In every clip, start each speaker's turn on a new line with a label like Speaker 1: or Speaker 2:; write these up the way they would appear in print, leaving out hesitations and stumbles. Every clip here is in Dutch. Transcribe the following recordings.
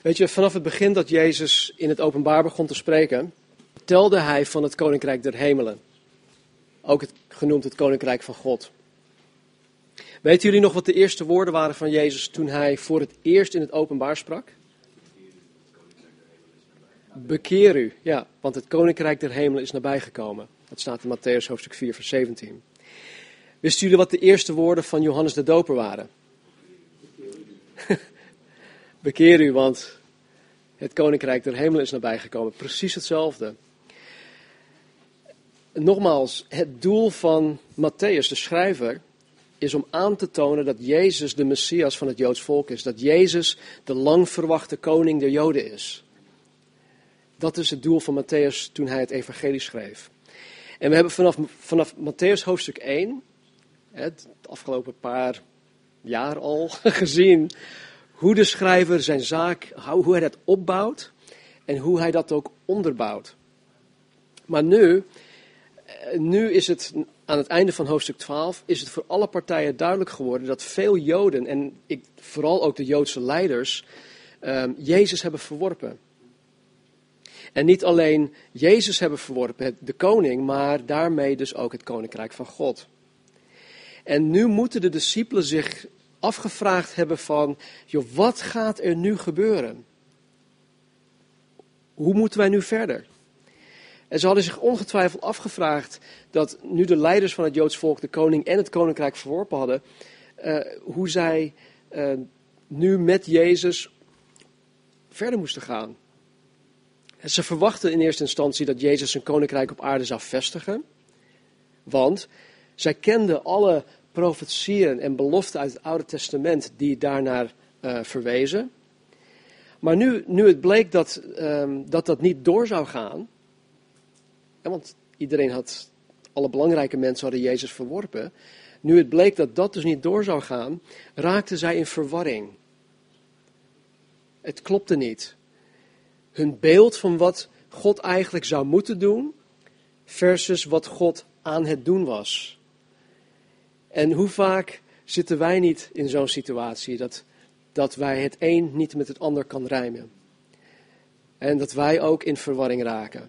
Speaker 1: Weet je, vanaf het begin dat Jezus in het openbaar begon te spreken, vertelde hij van het Koninkrijk der Hemelen. Ook genoemd het Koninkrijk van God. Weten jullie nog wat de eerste woorden waren van Jezus toen hij voor het eerst in het openbaar sprak? Bekeer u, ja, want het Koninkrijk der Hemelen is nabijgekomen. Dat staat in Mattheüs hoofdstuk 4 vers 17. Wisten jullie wat de eerste woorden van Johannes de Doper waren? Bekeer u, want het Koninkrijk der Hemelen is nabijgekomen. Precies hetzelfde. Nogmaals, het doel van Mattheüs, de schrijver, is om aan te tonen dat Jezus de Messias van het Joods volk is. Dat Jezus de lang verwachte koning der Joden is. Dat is het doel van Mattheüs toen hij het evangelie schreef. En we hebben vanaf Mattheüs hoofdstuk 1, het afgelopen paar jaar al, gezien hoe de schrijver zijn zaak, hoe hij dat opbouwt en hoe hij dat ook onderbouwt. Maar nu is het aan het einde van hoofdstuk 12, is het voor alle partijen duidelijk geworden dat veel Joden, en vooral ook de Joodse leiders, Jezus hebben verworpen. En niet alleen Jezus hebben verworpen, de koning, maar daarmee dus ook het koninkrijk van God. En nu moeten de discipelen zich afgevraagd hebben van, joh, wat gaat er nu gebeuren? Hoe moeten wij nu verder? En ze hadden zich ongetwijfeld afgevraagd dat nu de leiders van het Joods volk de koning en het koninkrijk verworpen hadden, hoe zij nu met Jezus verder moesten gaan. En ze verwachten in eerste instantie dat Jezus zijn koninkrijk op aarde zou vestigen, want zij kenden alle profetieën en beloften uit het Oude Testament die daarnaar verwezen. Maar nu het bleek dat niet door zou gaan, want alle belangrijke mensen hadden Jezus verworpen. Nu het bleek dat dat dus niet door zou gaan, raakten zij in verwarring. Het klopte niet. Hun beeld van wat God eigenlijk zou moeten doen, versus wat God aan het doen was. En hoe vaak zitten wij niet in zo'n situatie dat wij het een niet met het ander kan rijmen. En dat wij ook in verwarring raken.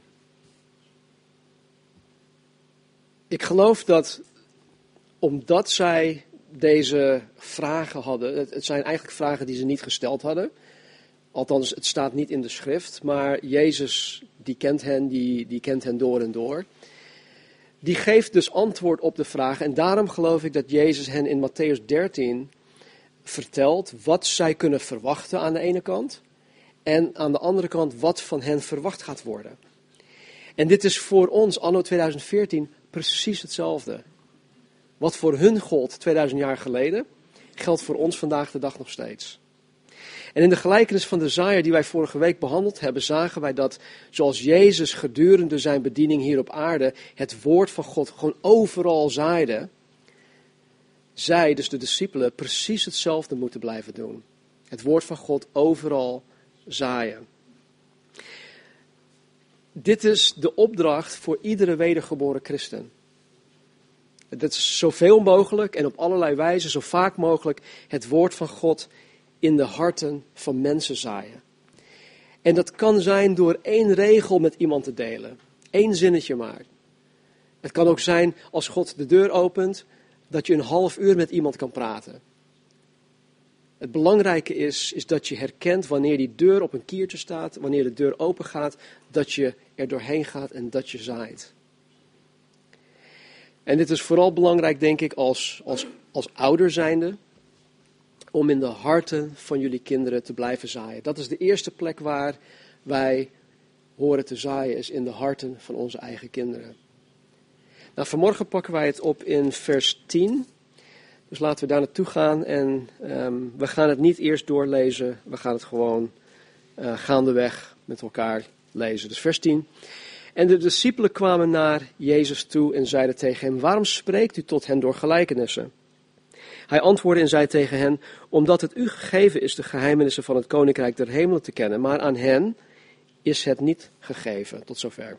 Speaker 1: Ik geloof dat omdat zij deze vragen hadden, het zijn eigenlijk vragen die ze niet gesteld hadden. Althans, het staat niet in de schrift, maar Jezus, die kent hen, die kent hen door en door. Die geeft dus antwoord op de vragen en daarom geloof ik dat Jezus hen in Mattheüs 13 vertelt wat zij kunnen verwachten aan de ene kant en aan de andere kant wat van hen verwacht gaat worden. En dit is voor ons, anno 2014, precies hetzelfde. Wat voor hun gold 2000 jaar geleden, geldt voor ons vandaag de dag nog steeds. En in de gelijkenis van de zaaier die wij vorige week behandeld hebben, zagen wij dat zoals Jezus gedurende zijn bediening hier op aarde het woord van God gewoon overal zaaide, zij, dus de discipelen, precies hetzelfde moeten blijven doen. Het woord van God overal zaaien. Dit is de opdracht voor iedere wedergeboren christen. Dat is zoveel mogelijk en op allerlei wijzen, zo vaak mogelijk, het woord van God in de harten van mensen zaaien. En dat kan zijn door 1 regel met iemand te delen. 1 zinnetje maar. Het kan ook zijn als God de deur opent, dat je een half uur met iemand kan praten. Het belangrijke is dat je herkent wanneer die deur op een kiertje staat, wanneer de deur open gaat, dat je er doorheen gaat en dat je zaait. En dit is vooral belangrijk, denk ik, als ouder zijnde, om in de harten van jullie kinderen te blijven zaaien. Dat is de eerste plek waar wij horen te zaaien, is in de harten van onze eigen kinderen. Nou, vanmorgen pakken wij het op in vers 10. Dus laten we daar naartoe gaan en we gaan het niet eerst doorlezen. We gaan het gewoon gaandeweg met elkaar lezen. Dus vers 10. En de discipelen kwamen naar Jezus toe en zeiden tegen hem: waarom spreekt u tot hen door gelijkenissen? Hij antwoordde en zei tegen hen: omdat het u gegeven is de geheimenissen van het koninkrijk der hemelen te kennen, maar aan hen is het niet gegeven. Tot zover.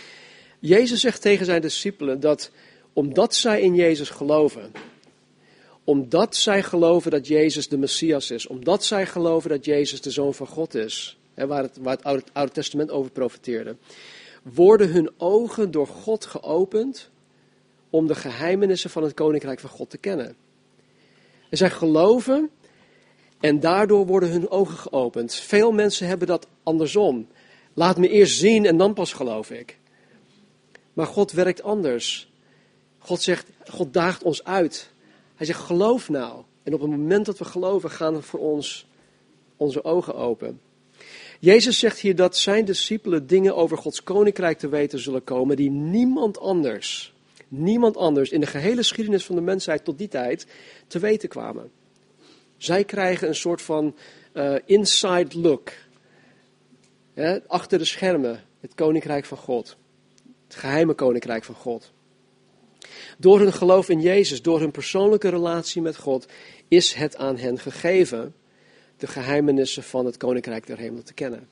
Speaker 1: Jezus zegt tegen zijn discipelen dat omdat zij in Jezus geloven, Omdat zij geloven dat Jezus de Messias is. Omdat zij geloven dat Jezus de Zoon van God is. Hè, waar het Oude Testament over profeteerde. Worden hun ogen door God geopend om de geheimenissen van het Koninkrijk van God te kennen. En zij geloven en daardoor worden hun ogen geopend. Veel mensen hebben dat andersom. Laat me eerst zien en dan pas geloof ik. Maar God werkt anders. God daagt ons uit. Hij zegt, geloof nou. En op het moment dat we geloven, gaan er voor ons onze ogen open. Jezus zegt hier dat zijn discipelen dingen over Gods koninkrijk te weten zullen komen die niemand anders in de gehele geschiedenis van de mensheid tot die tijd te weten kwamen. Zij krijgen een soort van inside look. Achter de schermen, het koninkrijk van God. Het geheime koninkrijk van God. Door hun geloof in Jezus, door hun persoonlijke relatie met God, is het aan hen gegeven de geheimenissen van het koninkrijk der hemelen te kennen.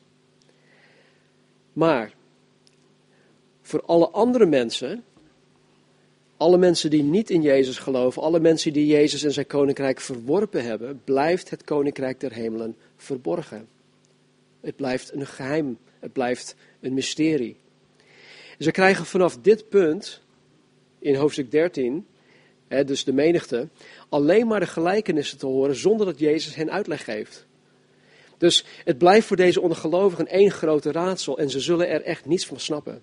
Speaker 1: Maar voor alle andere mensen, alle mensen die niet in Jezus geloven, alle mensen die Jezus en zijn koninkrijk verworpen hebben, blijft het koninkrijk der hemelen verborgen. Het blijft een geheim, het blijft een mysterie. Ze krijgen vanaf dit punt, in hoofdstuk 13, dus de menigte, alleen maar de gelijkenissen te horen zonder dat Jezus hen uitleg geeft. Dus het blijft voor deze ongelovigen één grote raadsel en ze zullen er echt niets van snappen.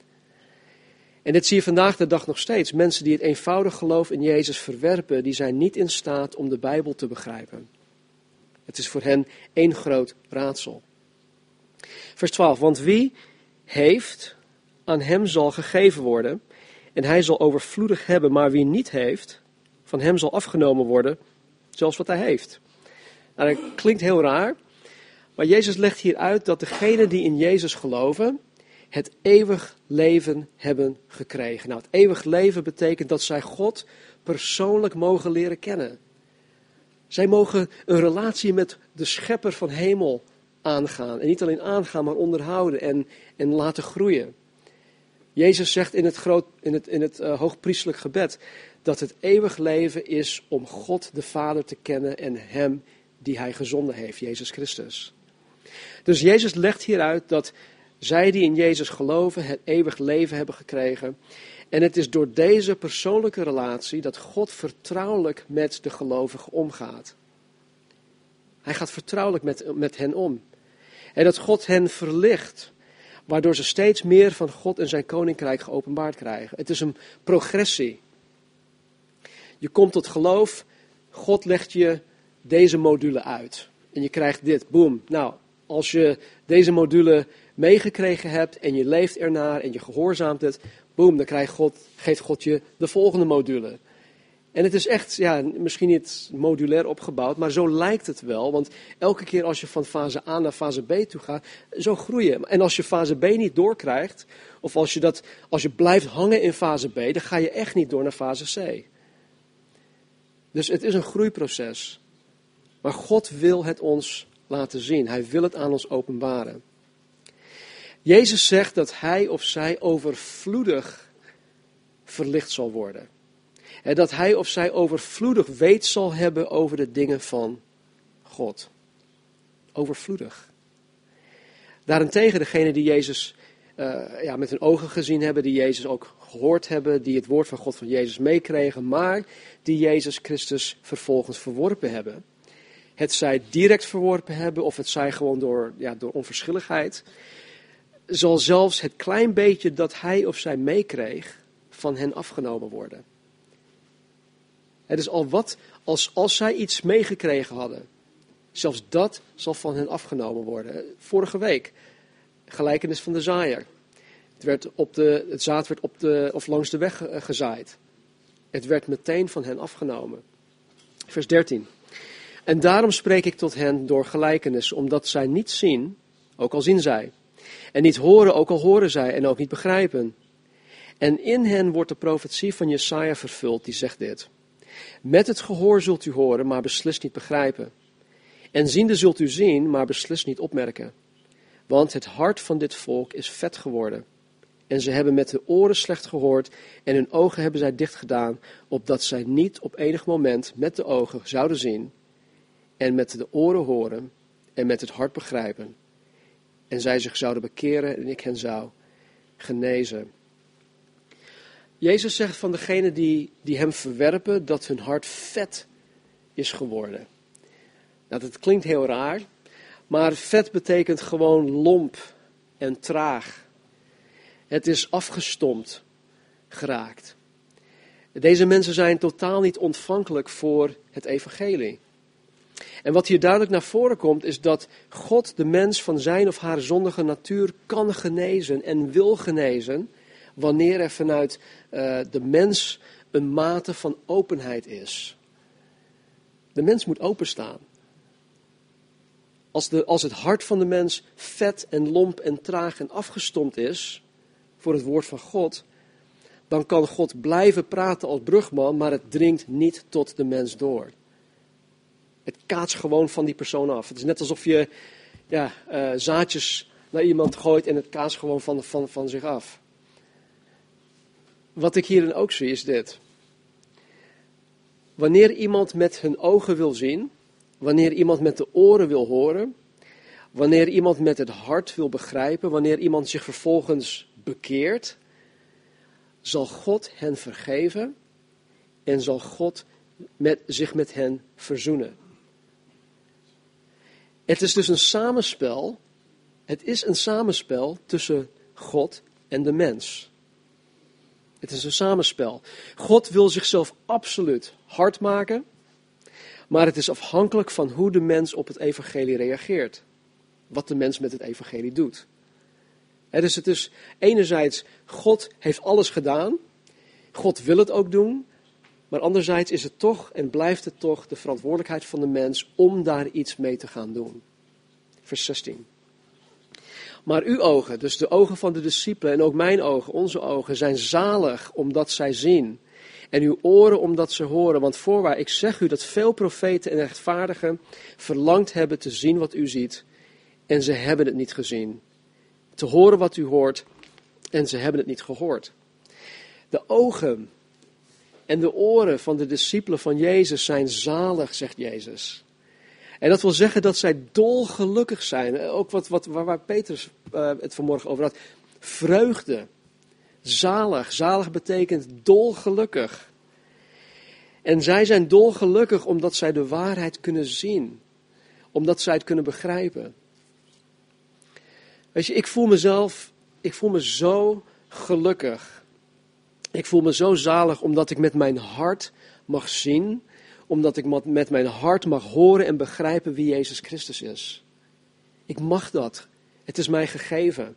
Speaker 1: En dit zie je vandaag de dag nog steeds. Mensen die het eenvoudig geloof in Jezus verwerpen, die zijn niet in staat om de Bijbel te begrijpen. Het is voor hen één groot raadsel. Vers 12, want wie heeft, aan hem zal gegeven worden en hij zal overvloedig hebben, maar wie niet heeft, van hem zal afgenomen worden, zelfs wat hij heeft. Nou, dat klinkt heel raar, maar Jezus legt hier uit dat degenen die in Jezus geloven, het eeuwig leven hebben gekregen. Nou, het eeuwig leven betekent dat zij God persoonlijk mogen leren kennen. Zij mogen een relatie met de schepper van hemel aangaan. En niet alleen aangaan, maar onderhouden en laten groeien. Jezus zegt in het hoogpriestelijk gebed dat het eeuwig leven is om God de Vader te kennen en hem die hij gezonden heeft, Jezus Christus. Dus Jezus legt hier uit dat zij die in Jezus geloven het eeuwig leven hebben gekregen. En het is door deze persoonlijke relatie dat God vertrouwelijk met de gelovigen omgaat. Hij gaat vertrouwelijk met hen om. En dat God hen verlicht, waardoor ze steeds meer van God en zijn koninkrijk geopenbaard krijgen. Het is een progressie. Je komt tot geloof, God legt je deze module uit. En je krijgt dit, boem. Nou, als je deze module meegekregen hebt en je leeft ernaar en je gehoorzaamt het, boem, dan geeft God je de volgende module. En het is echt, misschien niet modulair opgebouwd, maar zo lijkt het wel. Want elke keer als je van fase A naar fase B toe gaat, zo groei je. En als je fase B niet doorkrijgt, of als je blijft hangen in fase B, dan ga je echt niet door naar fase C. Dus het is een groeiproces. Maar God wil het ons laten zien. Hij wil het aan ons openbaren. Jezus zegt dat hij of zij overvloedig verlicht zal worden. En dat hij of zij overvloedig weet zal hebben over de dingen van God. Overvloedig. Daarentegen degenen die Jezus met hun ogen gezien hebben, die Jezus ook gehoord hebben, die het woord van God van Jezus meekregen, maar die Jezus Christus vervolgens verworpen hebben. Het zij direct verworpen hebben of het zij gewoon door onverschilligheid, zal zelfs het klein beetje dat hij of zij meekreeg van hen afgenomen worden. Het is als zij iets meegekregen hadden, zelfs dat zal van hen afgenomen worden. Vorige week, gelijkenis van de zaaier. Het zaad werd langs de weg gezaaid. Het werd meteen van hen afgenomen. Vers 13. En daarom spreek ik tot hen door gelijkenis, omdat zij niet zien, ook al zien zij. En niet horen, ook al horen zij en ook niet begrijpen. En in hen wordt de profetie van Jesaja vervuld, die zegt dit. Met het gehoor zult u horen, maar beslist niet begrijpen. En ziende zult u zien, maar beslist niet opmerken. Want het hart van dit volk is vet geworden. En ze hebben met de oren slecht gehoord en hun ogen hebben zij dicht gedaan, opdat zij niet op enig moment met de ogen zouden zien en met de oren horen en met het hart begrijpen. En zij zich zouden bekeren en ik hen zou genezen. Jezus zegt van degenen die hem verwerpen dat hun hart vet is geworden. Nou, dat klinkt heel raar, maar vet betekent gewoon lomp en traag. Het is afgestompt geraakt. Deze mensen zijn totaal niet ontvankelijk voor het evangelie. En wat hier duidelijk naar voren komt, is dat God de mens van zijn of haar zondige natuur kan genezen en wil genezen, wanneer er vanuit de mens een mate van openheid is. De mens moet openstaan. Als het hart van de mens vet en lomp en traag en afgestompt is voor het woord van God, dan kan God blijven praten als brugman, maar het dringt niet tot de mens door. Het kaatst gewoon van die persoon af. Het is net alsof je zaadjes naar iemand gooit en het kaatst gewoon van zich af. Wat ik hierin ook zie is dit. Wanneer iemand met hun ogen wil zien, wanneer iemand met de oren wil horen, wanneer iemand met het hart wil begrijpen, wanneer iemand zich vervolgens bekeert, zal God hen vergeven en zal God zich met hen verzoenen. Het is dus een samenspel. Het is een samenspel tussen God en de mens. Het is een samenspel. God wil zichzelf absoluut hard maken, maar het is afhankelijk van hoe de mens op het evangelie reageert. Wat de mens met het evangelie doet. Dus het is enerzijds, God heeft alles gedaan. God wil het ook doen. Maar anderzijds is het toch en blijft het toch de verantwoordelijkheid van de mens om daar iets mee te gaan doen. Vers 16. Maar uw ogen, dus de ogen van de discipelen en ook mijn ogen, onze ogen, zijn zalig omdat zij zien. En uw oren omdat ze horen. Want voorwaar, ik zeg u dat veel profeten en rechtvaardigen verlangd hebben te zien wat u ziet. En ze hebben het niet gezien. Te horen wat u hoort. En ze hebben het niet gehoord. De ogen en de oren van de discipelen van Jezus zijn zalig, zegt Jezus. En dat wil zeggen dat zij dolgelukkig zijn. Ook waar Petrus het vanmorgen over had. Vreugde. Zalig. Zalig betekent dolgelukkig. En zij zijn dolgelukkig omdat zij de waarheid kunnen zien. Omdat zij het kunnen begrijpen. Weet je, ik voel me zo gelukkig. Ik voel me zo zalig omdat ik met mijn hart mag zien. Omdat ik met mijn hart mag horen en begrijpen wie Jezus Christus is. Ik mag dat. Het is mij gegeven.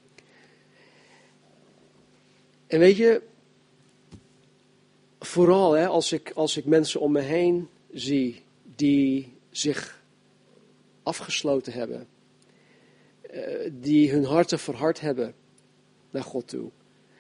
Speaker 1: En weet je, vooral als ik mensen om me heen zie die zich afgesloten hebben. Die hun harten verhard hebben naar God toe.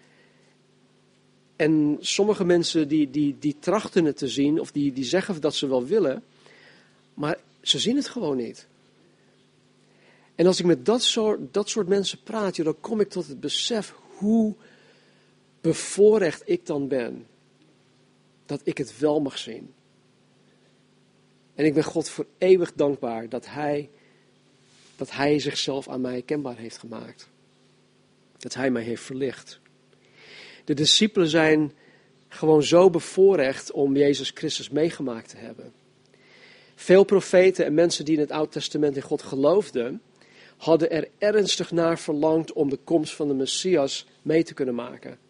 Speaker 1: En sommige mensen die trachten het te zien, of die zeggen dat ze wel willen, maar ze zien het gewoon niet. En als ik met dat soort mensen praat, dan kom ik tot het besef hoe bevoorrecht ik dan ben. Dat ik het wel mag zien. En ik ben God voor eeuwig dankbaar dat Hij zichzelf aan mij kenbaar heeft gemaakt. Dat Hij mij heeft verlicht. De discipelen zijn gewoon zo bevoorrecht om Jezus Christus meegemaakt te hebben. Veel profeten en mensen die in het Oude Testament in God geloofden, hadden er ernstig naar verlangd om de komst van de Messias mee te kunnen maken.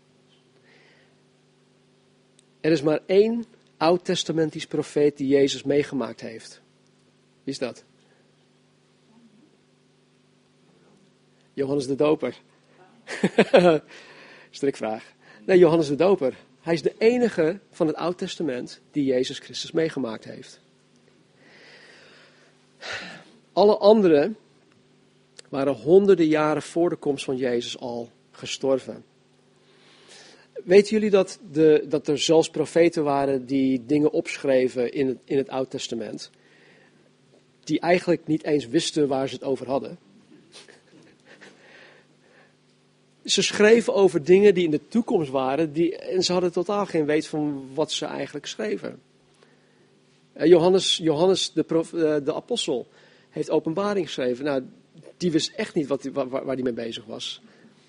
Speaker 1: Er is maar één Oud-testamentisch profeet die Jezus meegemaakt heeft. Wie is dat? Johannes de Doper. Strikvraag. Nee, Johannes de Doper. Hij is de enige van het Oude Testament die Jezus Christus meegemaakt heeft. Alle anderen waren honderden jaren voor de komst van Jezus al gestorven. Weten jullie dat er zelfs profeten waren die dingen opschreven in het Oude Testament, die eigenlijk niet eens wisten waar ze het over hadden? Ze schreven over dingen die in de toekomst waren, en ze hadden totaal geen weet van wat ze eigenlijk schreven. Johannes de apostel, heeft Openbaring geschreven. Nou, die wist echt niet waar hij mee bezig was.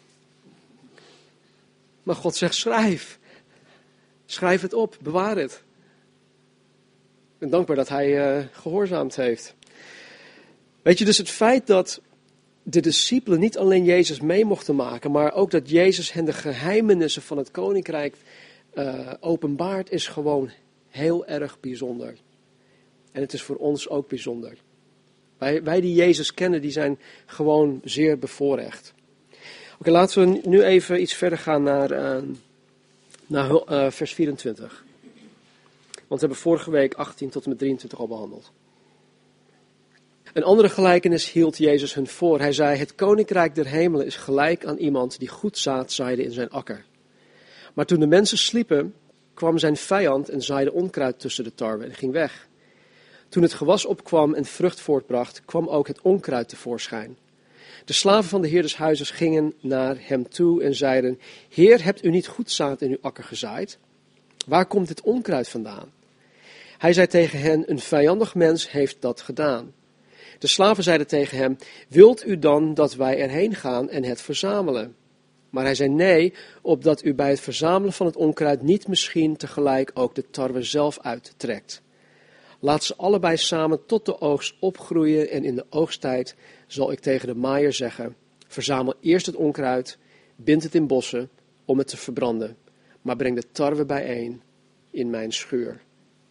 Speaker 1: Maar God zegt, schrijf. Schrijf het op, bewaar het. Ik ben dankbaar dat hij gehoorzaamd heeft. Weet je, dus het feit dat de discipelen niet alleen Jezus mee mochten maken, maar ook dat Jezus hen de geheimenissen van het koninkrijk openbaart, is gewoon heel erg bijzonder. En het is voor ons ook bijzonder. Wij die Jezus kennen, die zijn gewoon zeer bevoorrecht. Oké, laten we nu even iets verder gaan naar vers 24. Want we hebben vorige week 18 tot en met 23 al behandeld. Een andere gelijkenis hield Jezus hun voor. Hij zei, het koninkrijk der hemelen is gelijk aan iemand die goed zaad zaaide in zijn akker. Maar toen de mensen sliepen, kwam zijn vijand en zaaide onkruid tussen de tarwe en ging weg. Toen het gewas opkwam en vrucht voortbracht, kwam ook het onkruid tevoorschijn. De slaven van de heer des huizes gingen naar hem toe en zeiden, Heer, hebt u niet goed zaad in uw akker gezaaid? Waar komt dit onkruid vandaan? Hij zei tegen hen, een vijandig mens heeft dat gedaan. De slaven zeiden tegen hem, wilt u dan dat wij erheen gaan en het verzamelen? Maar hij zei nee, opdat u bij het verzamelen van het onkruid niet misschien tegelijk ook de tarwe zelf uittrekt. Laat ze allebei samen tot de oogst opgroeien en in de oogsttijd zal ik tegen de maaier zeggen, verzamel eerst het onkruid, bind het in bossen om het te verbranden, maar breng de tarwe bijeen in mijn schuur.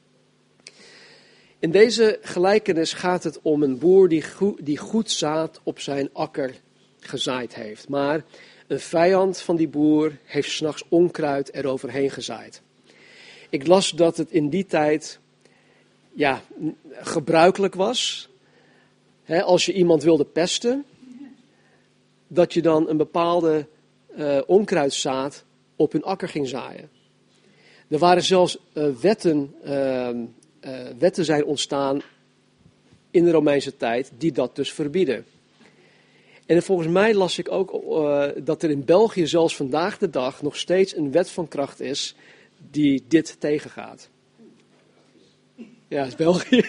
Speaker 1: In deze gelijkenis gaat het om een boer die goed zaad op zijn akker gezaaid heeft. Maar een vijand van die boer heeft 's nachts onkruid eroverheen gezaaid. Ik las dat het in die tijd gebruikelijk was, als je iemand wilde pesten, dat je dan een bepaalde onkruidzaad op hun akker ging zaaien. Er waren zelfs wetten zijn ontstaan in de Romeinse tijd die dat dus verbieden. En volgens mij las ik ook dat er in België zelfs vandaag de dag nog steeds een wet van kracht is die dit tegengaat. Ja, het is België.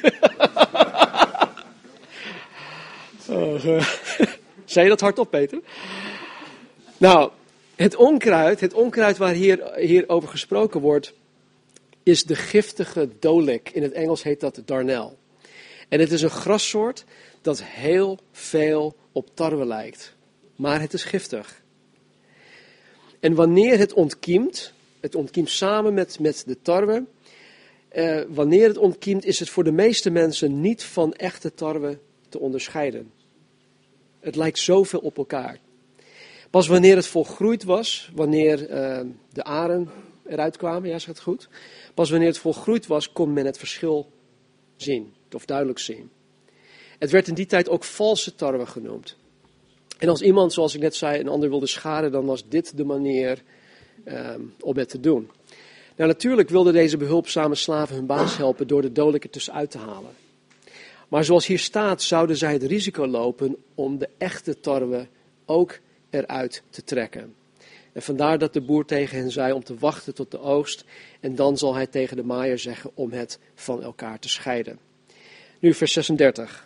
Speaker 1: Zei je dat hardop, Peter? Nou, het onkruid waar hier over gesproken wordt, is de giftige dolik. In het Engels heet dat darnel. En het is een grassoort dat heel veel op tarwe lijkt. Maar het is giftig. En wanneer het ontkiemt samen met de tarwe. Wanneer het ontkiemt is het voor de meeste mensen niet van echte tarwe te onderscheiden. Het lijkt zoveel op elkaar. Pas wanneer het volgroeid was, wanneer de aren eruit kwamen, ja, zeg het goed. Pas wanneer het volgroeid was, kon men het verschil zien, of duidelijk zien. Het werd in die tijd ook valse tarwe genoemd. En als iemand, zoals ik net zei, een ander wilde schaden, dan was dit de manier om het te doen. Nou, natuurlijk wilden deze behulpzame slaven hun baas helpen door de dolik er tussenuit te halen. Maar zoals hier staat, zouden zij het risico lopen om de echte tarwe ook eruit te trekken. En vandaar dat de boer tegen hen zei om te wachten tot de oogst. En dan zal hij tegen de maaier zeggen om het van elkaar te scheiden. Nu vers 36.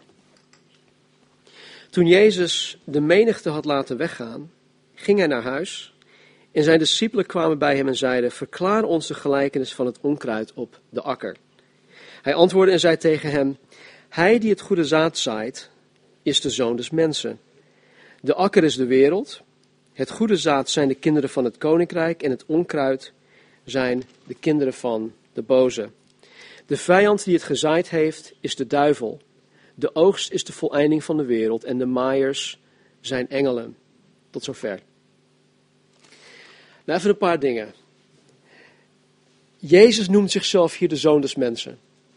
Speaker 1: Toen Jezus de menigte had laten weggaan, ging hij naar huis. En zijn discipelen kwamen bij hem en zeiden, verklaar ons de gelijkenis van het onkruid op de akker. Hij antwoordde en zei tegen hem, hij die het goede zaad zaait, is de zoon des mensen. De akker is de wereld. Het goede zaad zijn de kinderen van het koninkrijk en het onkruid zijn de kinderen van de boze. De vijand die het gezaaid heeft is de duivel. De oogst is de voleinding van de wereld en de maaiers zijn engelen. Tot zover. Nou, even een paar dingen. Jezus noemt zichzelf hier de zoon des mensen.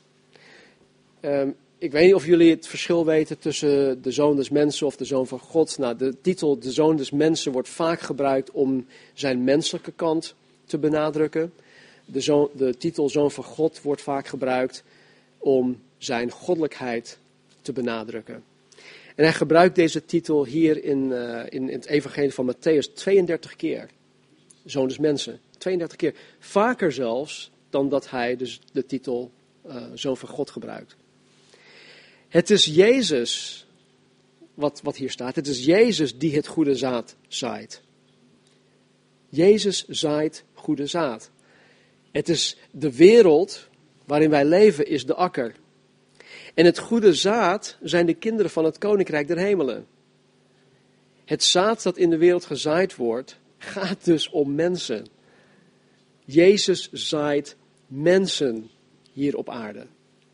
Speaker 1: Ik weet niet of jullie het verschil weten tussen de zoon des mensen of de zoon van God. Nou, de titel de zoon des mensen wordt vaak gebruikt om zijn menselijke kant te benadrukken. De titel zoon van God wordt vaak gebruikt om zijn goddelijkheid te benadrukken. En hij gebruikt deze titel hier in het evangelie van Matthäus 32 keer. Zoon des mensen, 32 keer. Vaker zelfs dan dat hij dus de titel Zoon van God gebruikt. Het is Jezus, wat hier staat, het is Jezus die het goede zaad zaait. Jezus zaait goede zaad. Het is de wereld waarin wij leven, is de akker. En het goede zaad zijn de kinderen van het koninkrijk der hemelen. Het zaad dat in de wereld gezaaid wordt, gaat dus om mensen. Jezus zaait mensen hier op aarde.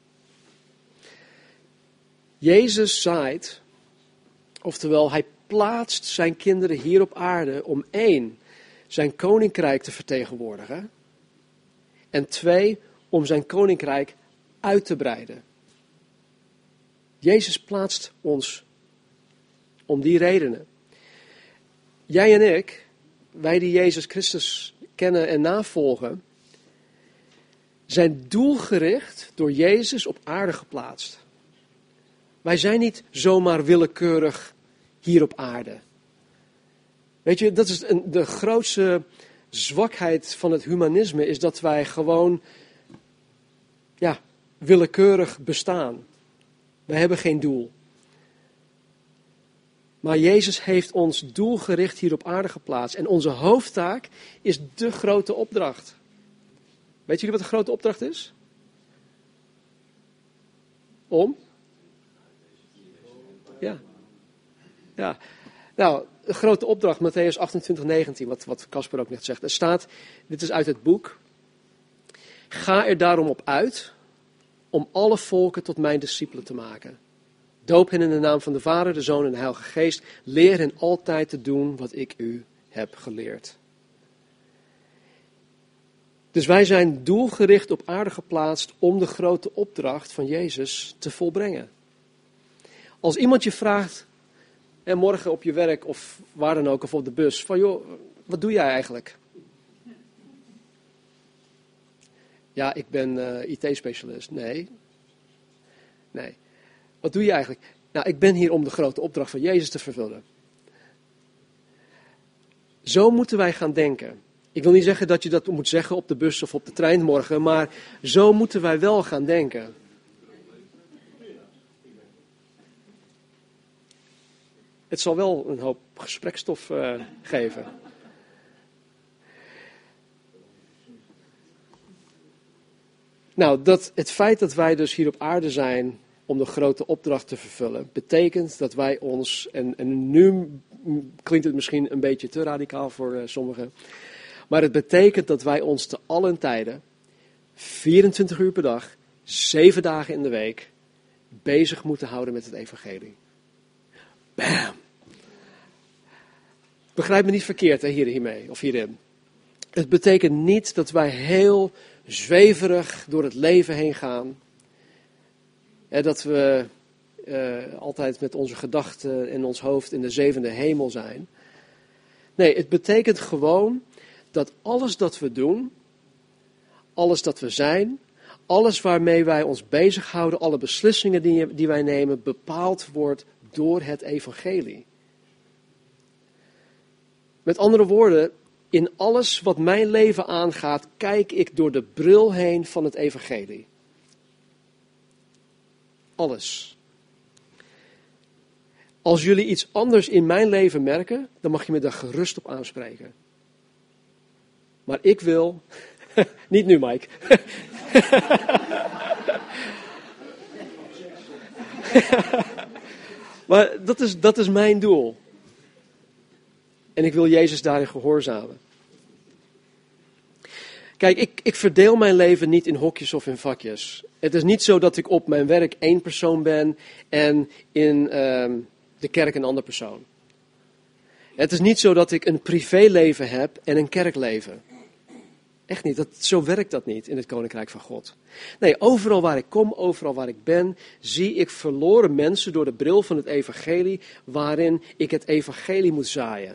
Speaker 1: Jezus zaait, oftewel hij plaatst zijn kinderen hier op aarde om 1, zijn koninkrijk te vertegenwoordigen. En 2, om zijn koninkrijk uit te breiden. Jezus plaatst ons om die redenen. Jij en ik, wij die Jezus Christus kennen en navolgen, zijn doelgericht door Jezus op aarde geplaatst. Wij zijn niet zomaar willekeurig hier op aarde. Weet je, dat is de grootste zwakheid van het humanisme, is dat wij gewoon willekeurig bestaan. We hebben geen doel. Maar Jezus heeft ons doelgericht hier op aarde geplaatst. En onze hoofdtaak is de grote opdracht. Weet jullie wat de grote opdracht is? Ja. Nou, de grote opdracht, Matthäus 28:19, wat Casper ook net zegt. Er staat, dit is uit het boek. Ga er daarom op uit om alle volken tot mijn discipelen te maken. Doop hen in de naam van de Vader, de Zoon en de Heilige Geest. Leer hen altijd te doen wat ik u heb geleerd. Dus wij zijn doelgericht op aarde geplaatst om de grote opdracht van Jezus te volbrengen. Als iemand je vraagt, en morgen op je werk of waar dan ook, of op de bus, van joh, wat doe jij eigenlijk? Ja, ik ben IT-specialist. Nee. Wat doe je eigenlijk? Nou, ik ben hier om de grote opdracht van Jezus te vervullen. Zo moeten wij gaan denken. Ik wil niet zeggen dat je dat moet zeggen op de bus of op de trein morgen, maar zo moeten wij wel gaan denken. Het zal wel een hoop gesprekstof geven. Nou, het feit dat wij dus hier op aarde zijn om de grote opdracht te vervullen, betekent dat wij ons, en nu klinkt het misschien een beetje te radicaal voor sommigen, maar het betekent dat wij ons te allen tijden, 24 uur per dag, 7 dagen in de week, bezig moeten houden met het evangelie. Bam! Begrijp me niet verkeerd hiermee of hierin. Het betekent niet dat wij heel zweverig door het leven heen gaan. Dat we altijd met onze gedachten en ons hoofd in de 7e hemel zijn. Nee, het betekent gewoon dat alles dat we doen, alles dat we zijn, alles waarmee wij ons bezighouden, alle beslissingen die wij nemen, bepaald wordt door het evangelie. Met andere woorden, in alles wat mijn leven aangaat, kijk ik door de bril heen van het evangelie. Alles. Als jullie iets anders in mijn leven merken, dan mag je me daar gerust op aanspreken. Maar ik wil... Niet nu, Mike. Maar dat is mijn doel. En ik wil Jezus daarin gehoorzamen. Kijk, ik verdeel mijn leven niet in hokjes of in vakjes. Het is niet zo dat ik op mijn werk 1 persoon ben en in de kerk een ander persoon. Het is niet zo dat ik een privéleven heb en een kerkleven. Echt niet, zo werkt dat niet in het Koninkrijk van God. Nee, overal waar ik kom, overal waar ik ben, zie ik verloren mensen door de bril van het evangelie, waarin ik het evangelie moet zaaien.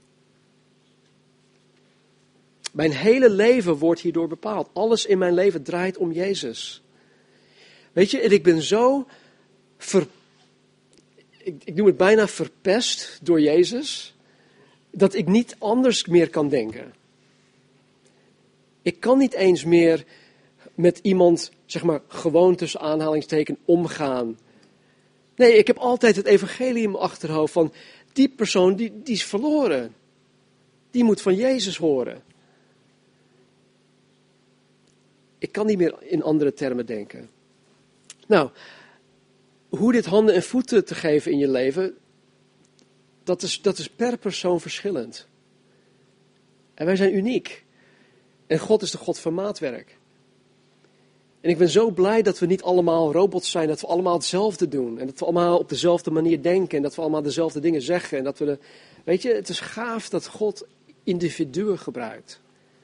Speaker 1: Mijn hele leven wordt hierdoor bepaald. Alles in mijn leven draait om Jezus. Weet je, en ik ben zo ik noem het bijna verpest door Jezus, dat ik niet anders meer kan denken. Ik kan niet eens meer met iemand, zeg maar, gewoon tussen aanhalingsteken omgaan. Nee, ik heb altijd het evangelie in mijn achterhoofd van, die persoon die is verloren. Die moet van Jezus horen. Ik kan niet meer in andere termen denken. Nou, hoe dit handen en voeten te geven in je leven, dat is per persoon verschillend. En wij zijn uniek. En God is de God van maatwerk. En ik ben zo blij dat we niet allemaal robots zijn, dat we allemaal hetzelfde doen. En dat we allemaal op dezelfde manier denken en dat we allemaal dezelfde dingen zeggen. En dat we weet je, het is gaaf dat God individuen gebruikt.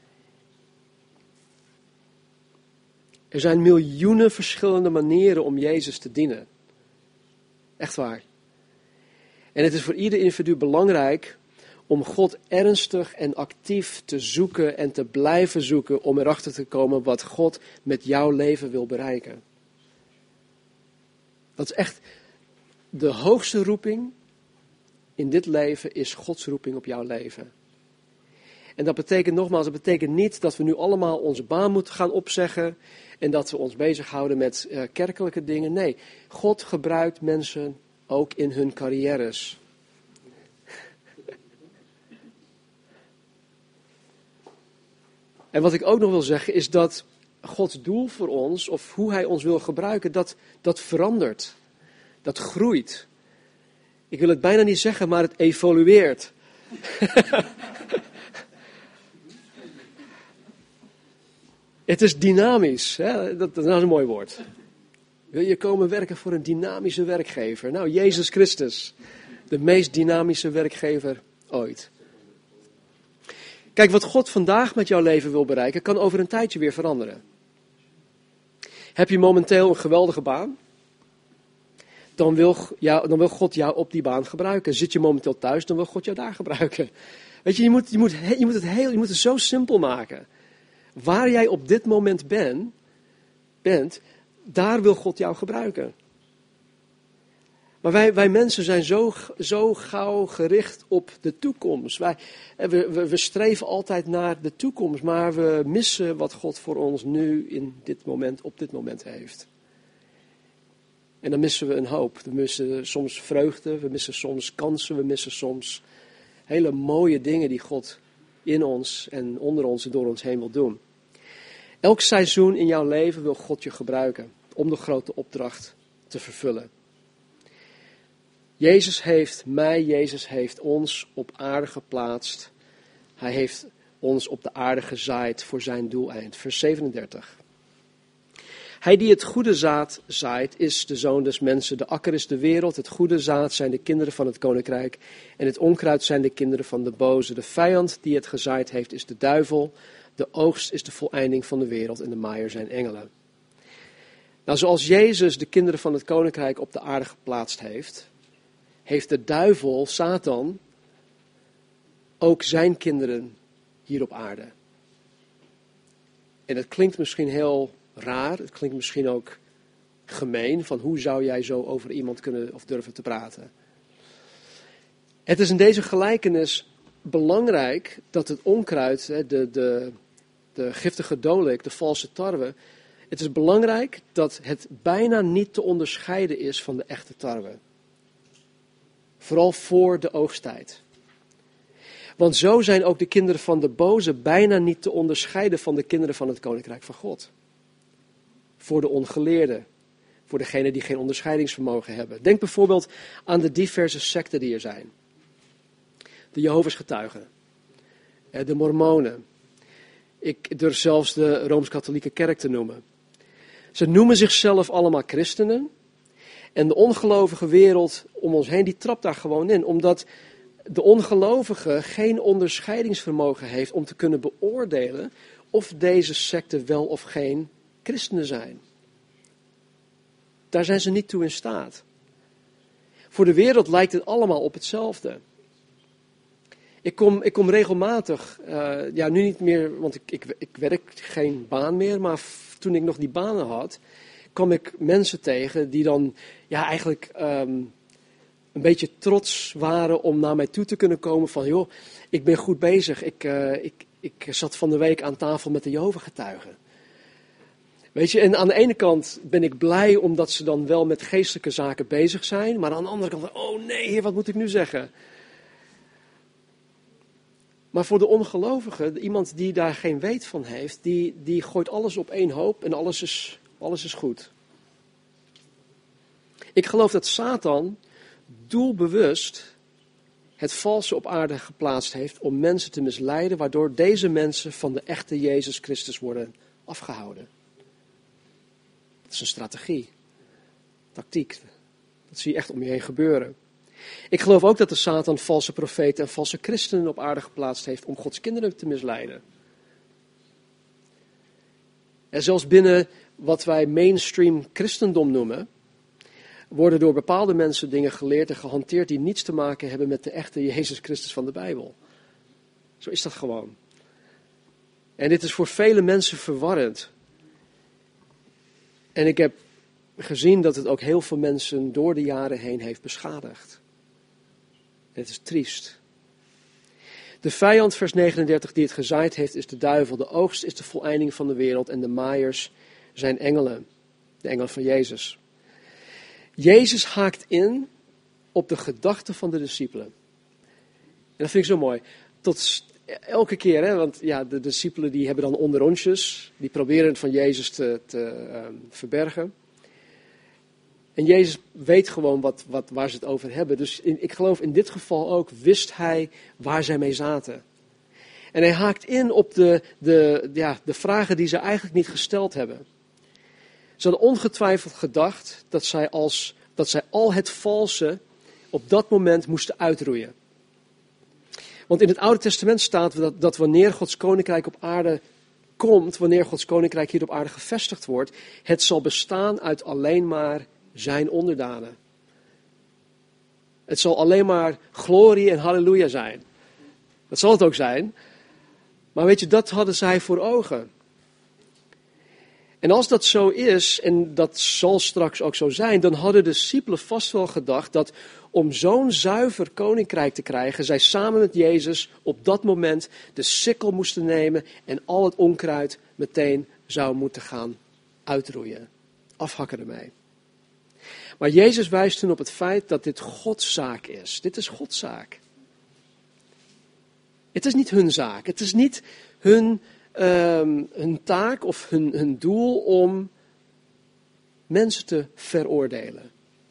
Speaker 1: Er zijn miljoenen verschillende manieren om Jezus te dienen. Echt waar. En het is voor ieder individu belangrijk om God ernstig en actief te zoeken en te blijven zoeken om erachter te komen wat God met jouw leven wil bereiken. Dat is echt de hoogste roeping in dit leven, is Gods roeping op jouw leven. En dat betekent nogmaals, dat betekent niet dat we nu allemaal onze baan moeten gaan opzeggen en dat we ons bezighouden met kerkelijke dingen. Nee, God gebruikt mensen ook in hun carrières. En wat ik ook nog wil zeggen is dat Gods doel voor ons, of hoe Hij ons wil gebruiken, dat verandert. Dat groeit. Ik wil het bijna niet zeggen, maar het evolueert. Het is dynamisch. Hè? Dat is een mooi woord. Wil je komen werken voor een dynamische werkgever? Nou, Jezus Christus. De meest dynamische werkgever ooit. Kijk, wat God vandaag met jouw leven wil bereiken, kan over een tijdje weer veranderen. Heb je momenteel een geweldige baan? Dan wil God jou op die baan gebruiken. Zit je momenteel thuis, dan wil God jou daar gebruiken. Weet je, je moet het zo simpel maken. Waar jij op dit moment bent, daar wil God jou gebruiken. Maar wij mensen zijn zo gauw gericht op de toekomst. We streven altijd naar de toekomst, maar we missen wat God voor ons nu op dit moment heeft. En dan missen we een hoop. We missen soms vreugde, we missen soms kansen, we missen soms hele mooie dingen die God in ons en onder ons en door ons heen wil doen. Elk seizoen in jouw leven wil God je gebruiken om de grote opdracht te vervullen. Jezus heeft ons op aarde geplaatst. Hij heeft ons op de aarde gezaaid voor zijn doeleind. Vers 37. Hij die het goede zaad zaait, is de zoon des mensen. De akker is de wereld. Het goede zaad zijn de kinderen van het koninkrijk. En het onkruid zijn de kinderen van de boze. De vijand die het gezaaid heeft, is de duivel. De oogst is de voleinding van de wereld en de maaier zijn engelen. Nou, zoals Jezus de kinderen van het koninkrijk op de aarde geplaatst heeft de duivel, Satan, ook zijn kinderen hier op aarde. En het klinkt misschien heel raar, het klinkt misschien ook gemeen, van hoe zou jij zo over iemand kunnen of durven te praten. Het is in deze gelijkenis belangrijk dat het onkruid, de giftige dolik, de valse tarwe, het is belangrijk dat het bijna niet te onderscheiden is van de echte tarwe. Vooral voor de oogsttijd. Want zo zijn ook de kinderen van de boze bijna niet te onderscheiden van de kinderen van het koninkrijk van God. Voor de ongeleerden. Voor degenen die geen onderscheidingsvermogen hebben. Denk bijvoorbeeld aan de diverse secten die er zijn. De Jehovah's getuigen. De Mormonen. Ik durf zelfs de Rooms-Katholieke Kerk te noemen. Ze noemen zichzelf allemaal christenen. En de ongelovige wereld om ons heen, die trapt daar gewoon in. Omdat de ongelovige geen onderscheidingsvermogen heeft om te kunnen beoordelen of deze secten wel of geen christenen zijn. Daar zijn ze niet toe in staat. Voor de wereld lijkt het allemaal op hetzelfde. Ik kom regelmatig, nu niet meer, want ik werk geen baan meer, maar toen ik nog die banen had, kwam ik mensen tegen die dan eigenlijk een beetje trots waren om naar mij toe te kunnen komen van, joh, ik ben goed bezig. Ik zat van de week aan tafel met de Jehovah-getuigen. Weet je, en aan de ene kant ben ik blij omdat ze dan wel met geestelijke zaken bezig zijn. Maar aan de andere kant, oh nee, Heer, wat moet ik nu zeggen? Maar voor de ongelovige, iemand die daar geen weet van heeft, die gooit alles op één hoop en alles is goed. Ik geloof dat Satan doelbewust het valse op aarde geplaatst heeft om mensen te misleiden, waardoor deze mensen van de echte Jezus Christus worden afgehouden. Dat is een strategie, tactiek. Dat zie je echt om je heen gebeuren. Ik geloof ook dat de Satan valse profeten en valse christenen op aarde geplaatst heeft om Gods kinderen te misleiden. En zelfs binnen wat wij mainstream christendom noemen, worden door bepaalde mensen dingen geleerd en gehanteerd die niets te maken hebben met de echte Jezus Christus van de Bijbel. Zo is dat gewoon. En dit is voor vele mensen verwarrend. En ik heb gezien dat het ook heel veel mensen door de jaren heen heeft beschadigd. En het is triest. De vijand, vers 39, die het gezaaid heeft, is de duivel. De oogst is de voleinding van de wereld en de maaiers zijn engelen. De engelen van Jezus. Jezus haakt in op de gedachten van de discipelen. En dat vind ik zo mooi. Tot elke keer, hè, want ja, de discipelen die hebben dan onderrondjes. Die proberen het van Jezus te verbergen. En Jezus weet gewoon waar ze het over hebben. Dus ik geloof in dit geval ook, wist hij waar zij mee zaten. En hij haakt in op de vragen die ze eigenlijk niet gesteld hebben. Ze hadden ongetwijfeld gedacht dat zij al het valse op dat moment moesten uitroeien. Want in het Oude Testament staat dat wanneer Gods koninkrijk op aarde komt, wanneer Gods koninkrijk hier op aarde gevestigd wordt, het zal bestaan uit alleen maar zijn onderdanen. Het zal alleen maar glorie en halleluja zijn. Dat zal het ook zijn. Maar weet je, dat hadden zij voor ogen. En als dat zo is, en dat zal straks ook zo zijn, dan hadden de discipelen vast wel gedacht dat om zo'n zuiver koninkrijk te krijgen, zij samen met Jezus op dat moment de sikkel moesten nemen en al het onkruid meteen zou moeten gaan uitroeien. Afhakken ermee. Maar Jezus wijst hun op het feit dat dit Gods zaak is. Dit is Gods zaak. Het is niet hun zaak. Het is niet hun taak of hun doel om mensen te veroordelen.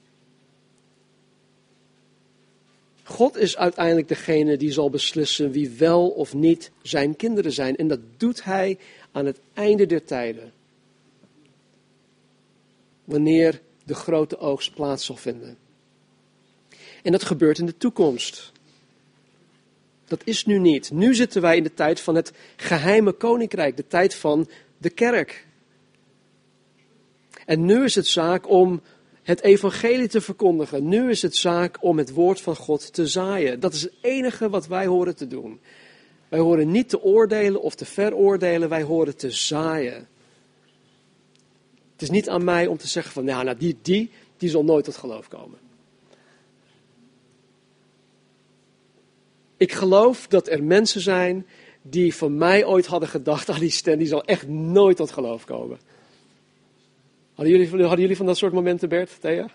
Speaker 1: God is uiteindelijk degene die zal beslissen wie wel of niet zijn kinderen zijn. En dat doet hij aan het einde der tijden. Wanneer de grote oogst plaats zal vinden. En dat gebeurt in de toekomst. Dat is nu niet. Nu zitten wij in de tijd van het geheime koninkrijk. De tijd van de kerk. En nu is het zaak om het evangelie te verkondigen. Nu is het zaak om het woord van God te zaaien. Dat is het enige wat wij horen te doen. Wij horen niet te oordelen of te veroordelen. Wij horen te zaaien. Het is niet aan mij om te zeggen van, nou die zal nooit tot geloof komen. Ik geloof dat er mensen zijn die van mij ooit hadden gedacht, die Stan die zal echt nooit tot geloof komen. Hadden jullie van dat soort momenten, Bert, Thea?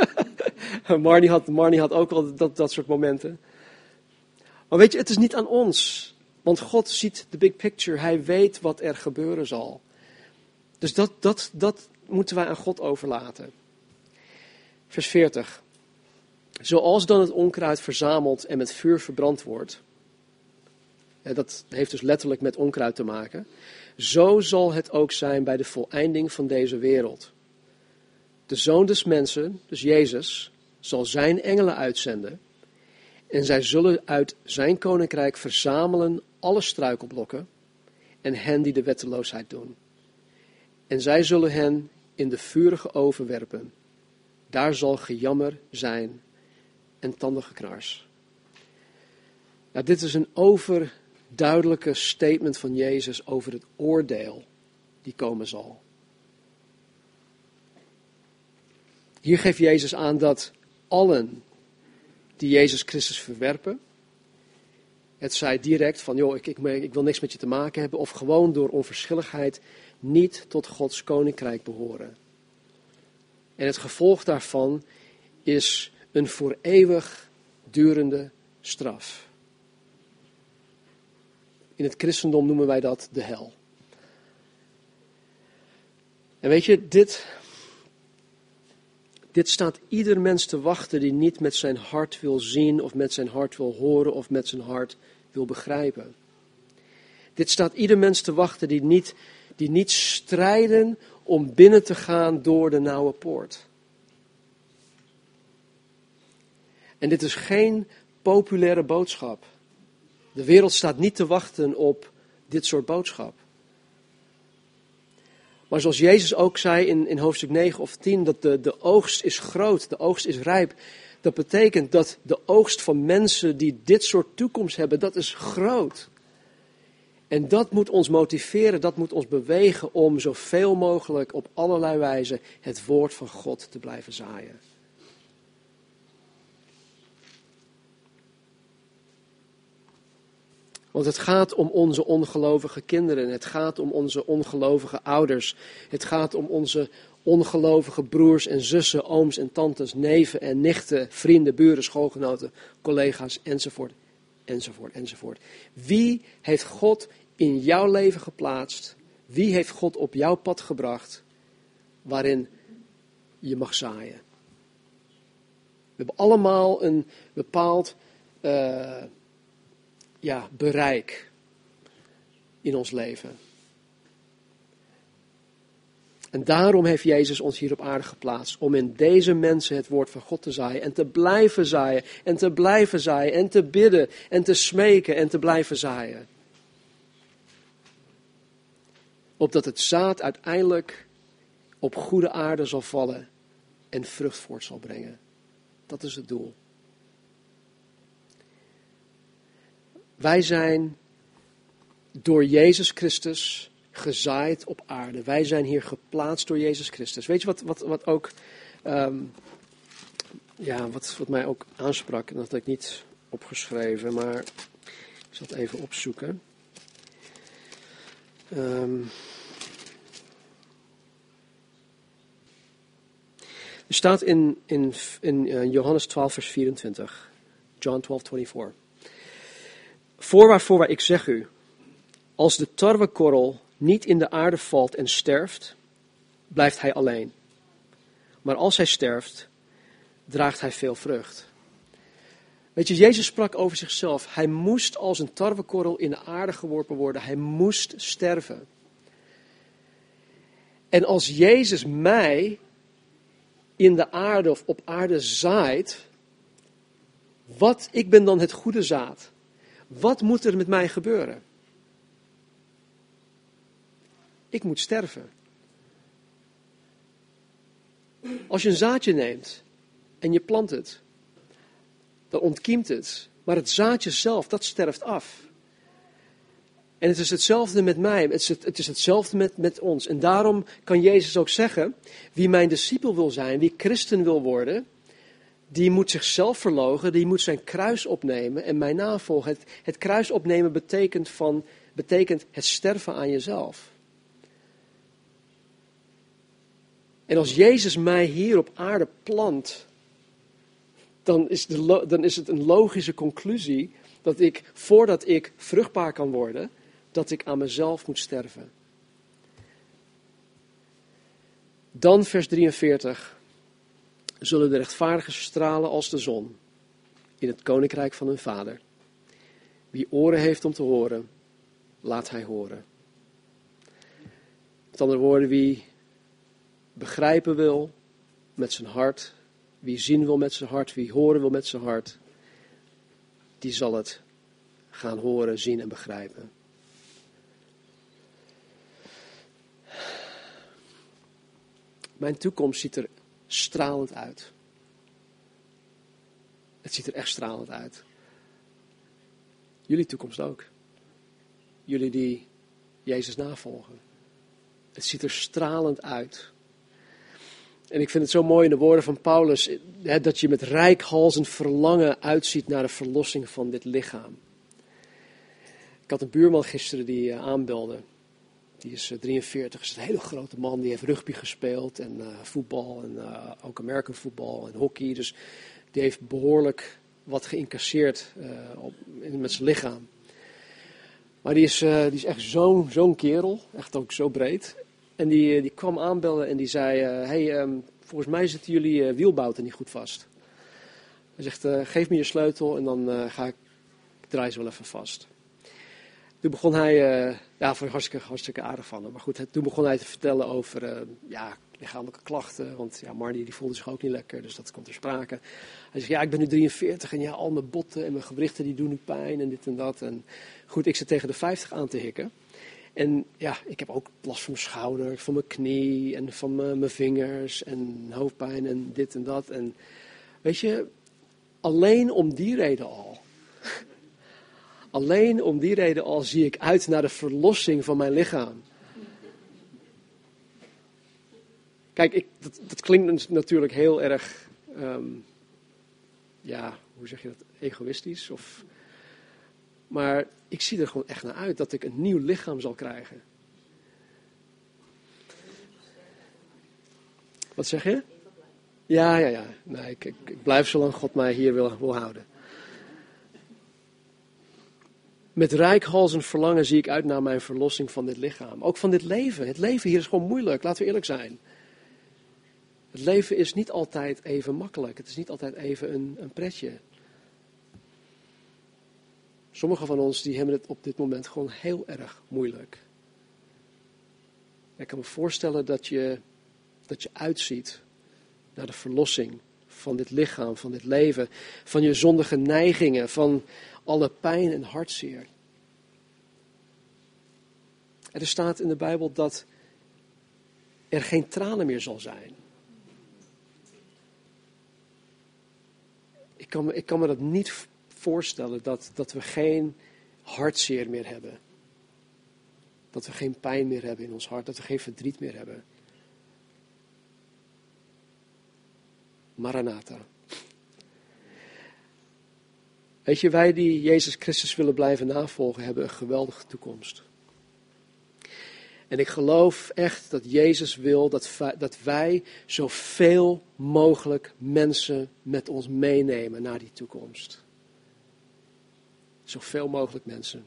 Speaker 1: Marnie had ook wel dat soort momenten. Maar weet je, het is niet aan ons. Want God ziet de big picture. Hij weet wat er gebeuren zal. Dus dat moeten wij aan God overlaten. Vers 40. Zoals dan het onkruid verzameld en met vuur verbrand wordt. Dat heeft dus letterlijk met onkruid te maken. Zo zal het ook zijn bij de voleinding van deze wereld. De Zoon des mensen, dus Jezus, zal zijn engelen uitzenden. En zij zullen uit zijn koninkrijk verzamelen alle struikelblokken en hen die de wetteloosheid doen. En zij zullen hen in de vurige oven werpen. Daar zal gejammer zijn en tandengeknars. Nou, dit is een overduidelijke statement van Jezus over het oordeel die komen zal. Hier geeft Jezus aan dat allen die Jezus Christus verwerpen. Het zij direct van, joh, ik wil niks met je te maken hebben. Of gewoon door onverschilligheid niet tot Gods koninkrijk behoren. En het gevolg daarvan is een voor eeuwig durende straf. In het christendom noemen wij dat de hel. En weet je, dit staat ieder mens te wachten die niet met zijn hart wil zien of met zijn hart wil horen of met zijn hart wil begrijpen. Dit staat ieder mens te wachten die niet strijden om binnen te gaan door de nauwe poort. En dit is geen populaire boodschap. De wereld staat niet te wachten op dit soort boodschap. Maar zoals Jezus ook zei in hoofdstuk 9 of 10, dat de oogst is groot, de oogst is rijp. Dat betekent dat de oogst van mensen die dit soort toekomst hebben, dat is groot. En dat moet ons motiveren, dat moet ons bewegen om zoveel mogelijk op allerlei wijze het woord van God te blijven zaaien. Want het gaat om onze ongelovige kinderen, het gaat om onze ongelovige ouders, het gaat om onze ongelovige broers en zussen, ooms en tantes, neven en nichten, vrienden, buren, schoolgenoten, collega's, enzovoort, enzovoort, enzovoort. Wie heeft God in jouw leven geplaatst? Wie heeft God op jouw pad gebracht waarin je mag zaaien? We hebben allemaal een bepaald bereik in ons leven. En daarom heeft Jezus ons hier op aarde geplaatst. Om in deze mensen het woord van God te zaaien. En te blijven zaaien. En te blijven zaaien. En te bidden. En te smeken. En te blijven zaaien. Opdat het zaad uiteindelijk op goede aarde zal vallen. En vrucht voort zal brengen. Dat is het doel. Wij zijn door Jezus Christus gezaaid op aarde. Wij zijn hier geplaatst door Jezus Christus. Weet je wat ook, wat mij ook aansprak, en dat had ik niet opgeschreven, maar ik zal het even opzoeken. Er staat in Johannes 12 vers 24. John 12:24. Voorwaar, ik zeg u, als de tarwekorrel niet in de aarde valt en sterft, blijft hij alleen. Maar als hij sterft, draagt hij veel vrucht. Weet je, Jezus sprak over zichzelf. Hij moest als een tarwekorrel in de aarde geworpen worden. Hij moest sterven. En als Jezus mij in de aarde of op aarde zaait, ik ben dan het goede zaad. Wat moet er met mij gebeuren? Ik moet sterven. Als je een zaadje neemt en je plant het, dan ontkiemt het. Maar het zaadje zelf, dat sterft af. En het is hetzelfde met mij. Het is hetzelfde met ons. En daarom kan Jezus ook zeggen, wie mijn discipel wil zijn, wie christen wil worden, die moet zichzelf verloochenen, die moet zijn kruis opnemen en mij navolgen. Het kruis opnemen betekent het sterven aan jezelf. En als Jezus mij hier op aarde plant, dan is het een logische conclusie dat voordat ik vruchtbaar kan worden, dat ik aan mezelf moet sterven. Dan vers 43. Zullen de rechtvaardigen stralen als de zon in het koninkrijk van hun Vader. Wie oren heeft om te horen, laat hij horen. Met andere woorden, wie begrijpen wil met zijn hart, wie zien wil met zijn hart, wie horen wil met zijn hart, die zal het gaan horen, zien en begrijpen. Mijn toekomst ziet er stralend uit. Het ziet er echt stralend uit. Jullie toekomst ook. Jullie die Jezus navolgen. Het ziet er stralend uit. En ik vind het zo mooi in de woorden van Paulus, dat je met reikhalzend verlangen uitziet naar de verlossing van dit lichaam. Ik had een buurman gisteren die aanbelde. Die is 43, is een hele grote man, die heeft rugby gespeeld en voetbal en ook American voetbal en hockey. Dus die heeft behoorlijk wat geïncasseerd met zijn lichaam. Maar die is echt zo'n kerel, echt ook zo breed. En die kwam aanbellen en die zei, volgens mij zitten jullie wielbouten niet goed vast. Hij zegt, geef me je sleutel en dan draai ze wel even vast. Toen begon hij, hartstikke aardig van hem, maar goed, toen begon hij te vertellen over lichamelijke klachten, want Marnie die voelde zich ook niet lekker, dus dat komt ter sprake. Hij zegt, ik ben nu 43 en al mijn botten en mijn gewrichten die doen nu pijn en dit en dat. En goed, ik zit tegen de 50 aan te hikken. En ik heb ook last van mijn schouder, van mijn knie en van mijn vingers en hoofdpijn en dit en dat. En weet je, alleen om die reden al zie ik uit naar de verlossing van mijn lichaam. Kijk, dat klinkt natuurlijk heel erg, hoe zeg je dat, egoïstisch. Maar ik zie er gewoon echt naar uit dat ik een nieuw lichaam zal krijgen. Wat zeg je? Ja. Nee, ik blijf zolang God mij hier wil houden. Met reikhalzend verlangen zie ik uit naar mijn verlossing van dit lichaam. Ook van dit leven. Het leven hier is gewoon moeilijk, laten we eerlijk zijn. Het leven is niet altijd even makkelijk. Het is niet altijd even een pretje. Sommigen van ons die hebben het op dit moment gewoon heel erg moeilijk. Ik kan me voorstellen dat je uitziet naar de verlossing van dit lichaam, van dit leven, van je zondige neigingen, van alle pijn en hartzeer. Er staat in de Bijbel dat er geen tranen meer zal zijn. Ik kan me dat niet voorstellen, dat we geen hartzeer meer hebben. Dat we geen pijn meer hebben in ons hart, dat we geen verdriet meer hebben. Maranatha. Weet je, wij die Jezus Christus willen blijven navolgen, hebben een geweldige toekomst. En ik geloof echt dat Jezus wil dat wij zoveel mogelijk mensen met ons meenemen naar die toekomst. Zoveel mogelijk mensen.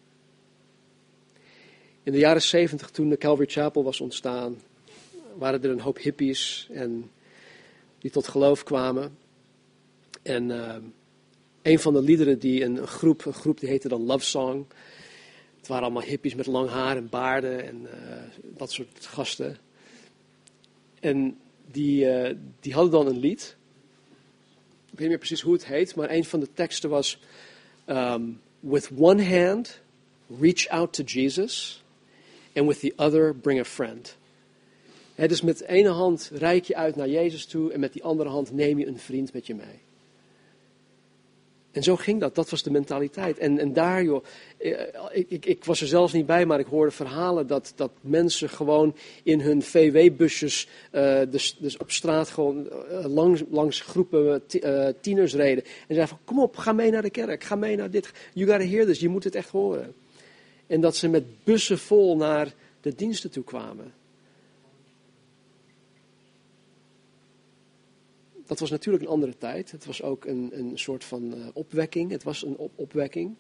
Speaker 1: In de jaren 70, toen de Calvary Chapel was ontstaan, waren er een hoop hippies die tot geloof kwamen. En een van de liederen die een groep die heette dan Love Song. Het waren allemaal hippies met lang haar en baarden en dat soort gasten. En die hadden dan een lied. Ik weet niet meer precies hoe het heet, maar een van de teksten was: with one hand, reach out to Jesus, and with the other, bring a friend. Dus met de ene hand reik je uit naar Jezus toe en met die andere hand neem je een vriend met je mee. En zo ging dat. Dat was de mentaliteit. En daar, joh, ik was er zelfs niet bij, maar ik hoorde verhalen dat mensen gewoon in hun VW-busjes, dus op straat gewoon langs groepen tieners reden. En zeiden van, kom op, ga mee naar de kerk, ga mee naar dit. You gotta hear this, je moet het echt horen. En dat ze met bussen vol naar de diensten toe kwamen. Dat was natuurlijk een andere tijd. Het was ook een soort van opwekking. Het was een opwekking.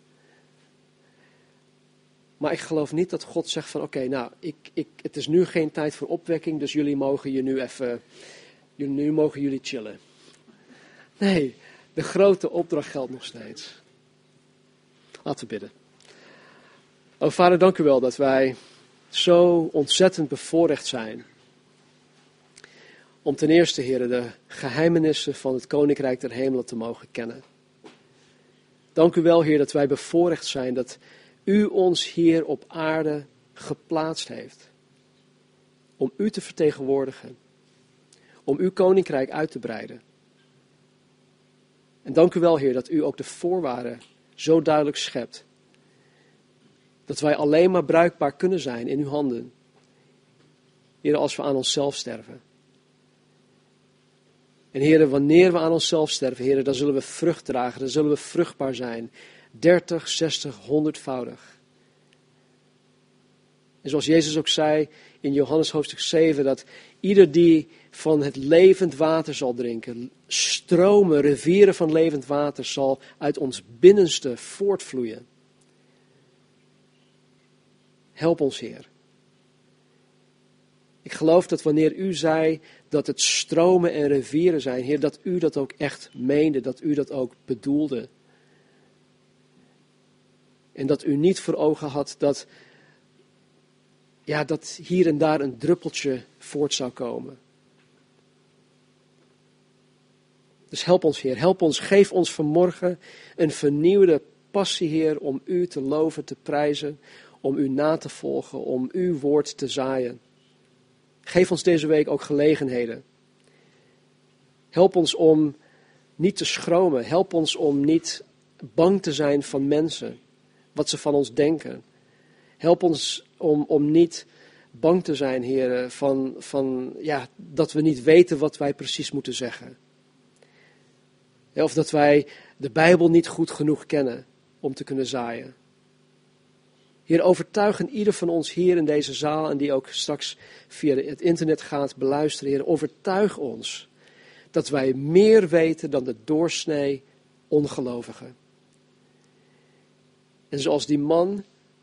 Speaker 1: Maar ik geloof niet dat God zegt van oké, het is nu geen tijd voor opwekking, dus jullie mogen nu mogen jullie chillen. Nee, de grote opdracht geldt nog steeds. Laten we bidden. O Vader, dank u wel dat wij zo ontzettend bevoorrecht zijn. Om ten eerste, Heer, de geheimenissen van het Koninkrijk der Hemelen te mogen kennen. Dank u wel, Heer, dat wij bevoorrecht zijn dat u ons hier op aarde geplaatst heeft. Om u te vertegenwoordigen. Om uw Koninkrijk uit te breiden. En dank u wel, Heer, dat u ook de voorwaarden zo duidelijk schept. Dat wij alleen maar bruikbaar kunnen zijn in uw handen. Heer, als we aan onszelf sterven. En Heere, wanneer we aan onszelf sterven, Heere, dan zullen we vrucht dragen, dan zullen we vruchtbaar zijn. 30, 60, 100-voudig. En zoals Jezus ook zei in Johannes hoofdstuk 7, dat ieder die van het levend water zal drinken, stromen, rivieren van levend water zal uit ons binnenste voortvloeien. Help ons, Heer. Ik geloof dat wanneer u zei dat het stromen en rivieren zijn, Heer, dat u dat ook echt meende, dat u dat ook bedoelde. En dat u niet voor ogen had dat hier en daar een druppeltje voort zou komen. Dus help ons, Heer, help ons, geef ons vanmorgen een vernieuwde passie, Heer, om u te loven, te prijzen, om u na te volgen, om uw woord te zaaien. Geef ons deze week ook gelegenheden. Help ons om niet te schromen. Help ons om niet bang te zijn van mensen, wat ze van ons denken. Help ons om niet bang te zijn, Heer, dat we niet weten wat wij precies moeten zeggen. Of dat wij de Bijbel niet goed genoeg kennen om te kunnen zaaien. Heer, overtuigen ieder van ons hier in deze zaal en die ook straks via het internet gaat beluisteren. Heer, overtuig ons dat wij meer weten dan de doorsnee ongelovigen. En zoals die man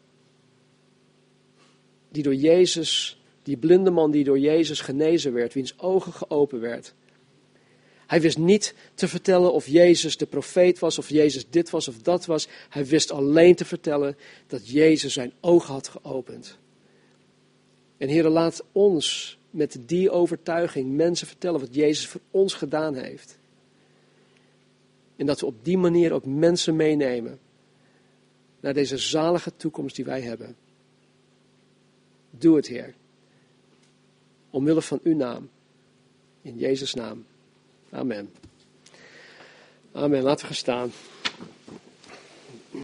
Speaker 1: die door Jezus, die blinde man die door Jezus genezen werd, wiens ogen geopend werd. Hij wist niet te vertellen of Jezus de profeet was, of Jezus dit was of dat was. Hij wist alleen te vertellen dat Jezus zijn ogen had geopend. En Heer, laat ons met die overtuiging mensen vertellen wat Jezus voor ons gedaan heeft. En dat we op die manier ook mensen meenemen naar deze zalige toekomst die wij hebben. Doe het, Heer. Omwille van uw naam. In Jezus' naam. Amen. Amen. Laten we gaan staan.